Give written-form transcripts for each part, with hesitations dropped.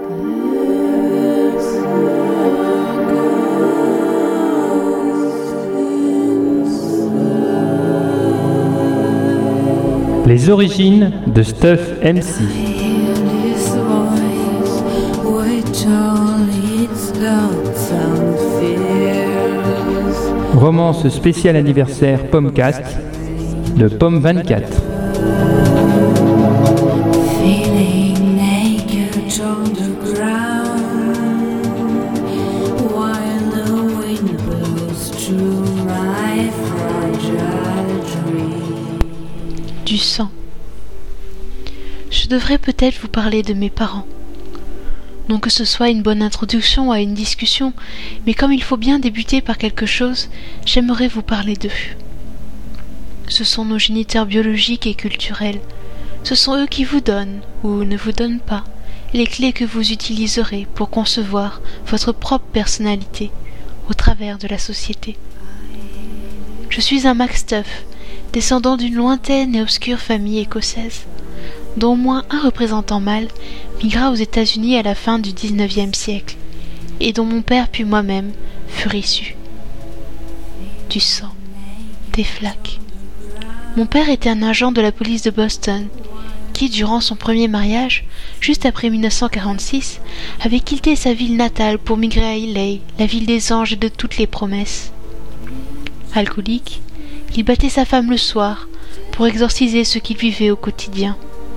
Les origines de Stuff MC. Romance spéciale anniversaire Pommecast de Pomme 24. Du sang. Je devrais peut-être vous parler de mes parents. Non que ce soit une bonne introduction à une discussion, mais comme il faut bien débuter par quelque chose, j'aimerais vous parler d'eux. Ce sont nos géniteurs biologiques et culturels. Ce sont eux qui vous donnent, ou ne vous donnent pas, les clés que vous utiliserez pour concevoir votre propre personnalité au travers de la société. Je suis un MacStuff, descendant d'une lointaine et obscure famille écossaise, dont au moins un représentant mâle migra aux États-Unis à la fin du XIXe siècle, et dont mon père puis moi-même furent issus. Du sang, des flaques. Mon père était un agent de la police de Boston, qui, durant son premier mariage, juste après 1946, avait quitté sa ville natale pour migrer à Hilley, la ville des anges et de toutes les promesses. Alcoolique, il battait sa femme le soir pour exorciser ce qu'il vivait au quotidien.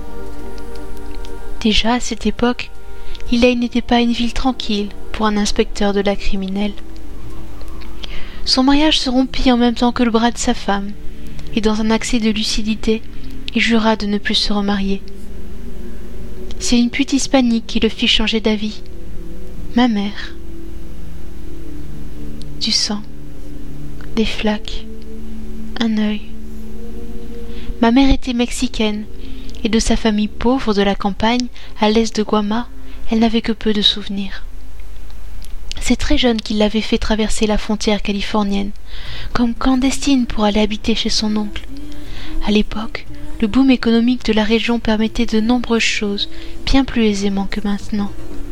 Déjà à cette époque, Hilley n'était pas une ville tranquille pour un inspecteur de la criminelle. Son mariage se rompit en même temps que le bras de sa femme, et dans un accès de lucidité, il jura de ne plus se remarier. C'est une pute hispanique qui le fit changer d'avis. Ma mère. Du sang, des flaques, un œil. Ma mère était mexicaine, et de sa famille pauvre de la campagne, à l'est de Guama, elle n'avait que peu de souvenirs. C'est très jeune qu'il l'avait fait traverser la frontière californienne, comme clandestine pour aller habiter chez son oncle. À l'époque, le boom économique de la région permettait de nombreuses choses, bien plus aisément que maintenant.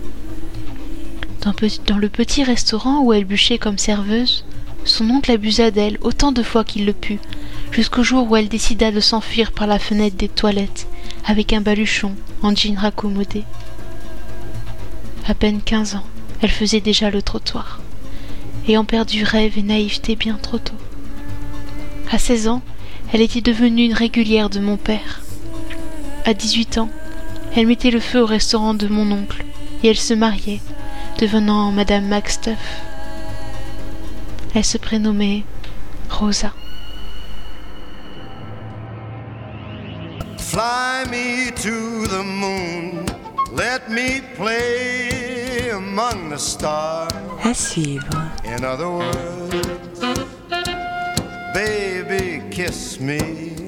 Dans le petit restaurant où elle bûchait comme serveuse, son oncle abusa d'elle autant de fois qu'il le put, jusqu'au jour où elle décida de s'enfuir par la fenêtre des toilettes, avec un baluchon en jean raccommodé. À peine 15 ans, elle faisait déjà le trottoir, ayant perdu rêve et naïveté bien trop tôt. À 16 ans, elle était devenue une régulière de mon père. À 18 ans, elle mettait le feu au restaurant de mon oncle, et elle se mariait, devenant Madame MacStuff. Elle se prénommait Rosa. Fly me to the moon, let me play among the stars. À suivre. In other words, baby, kiss me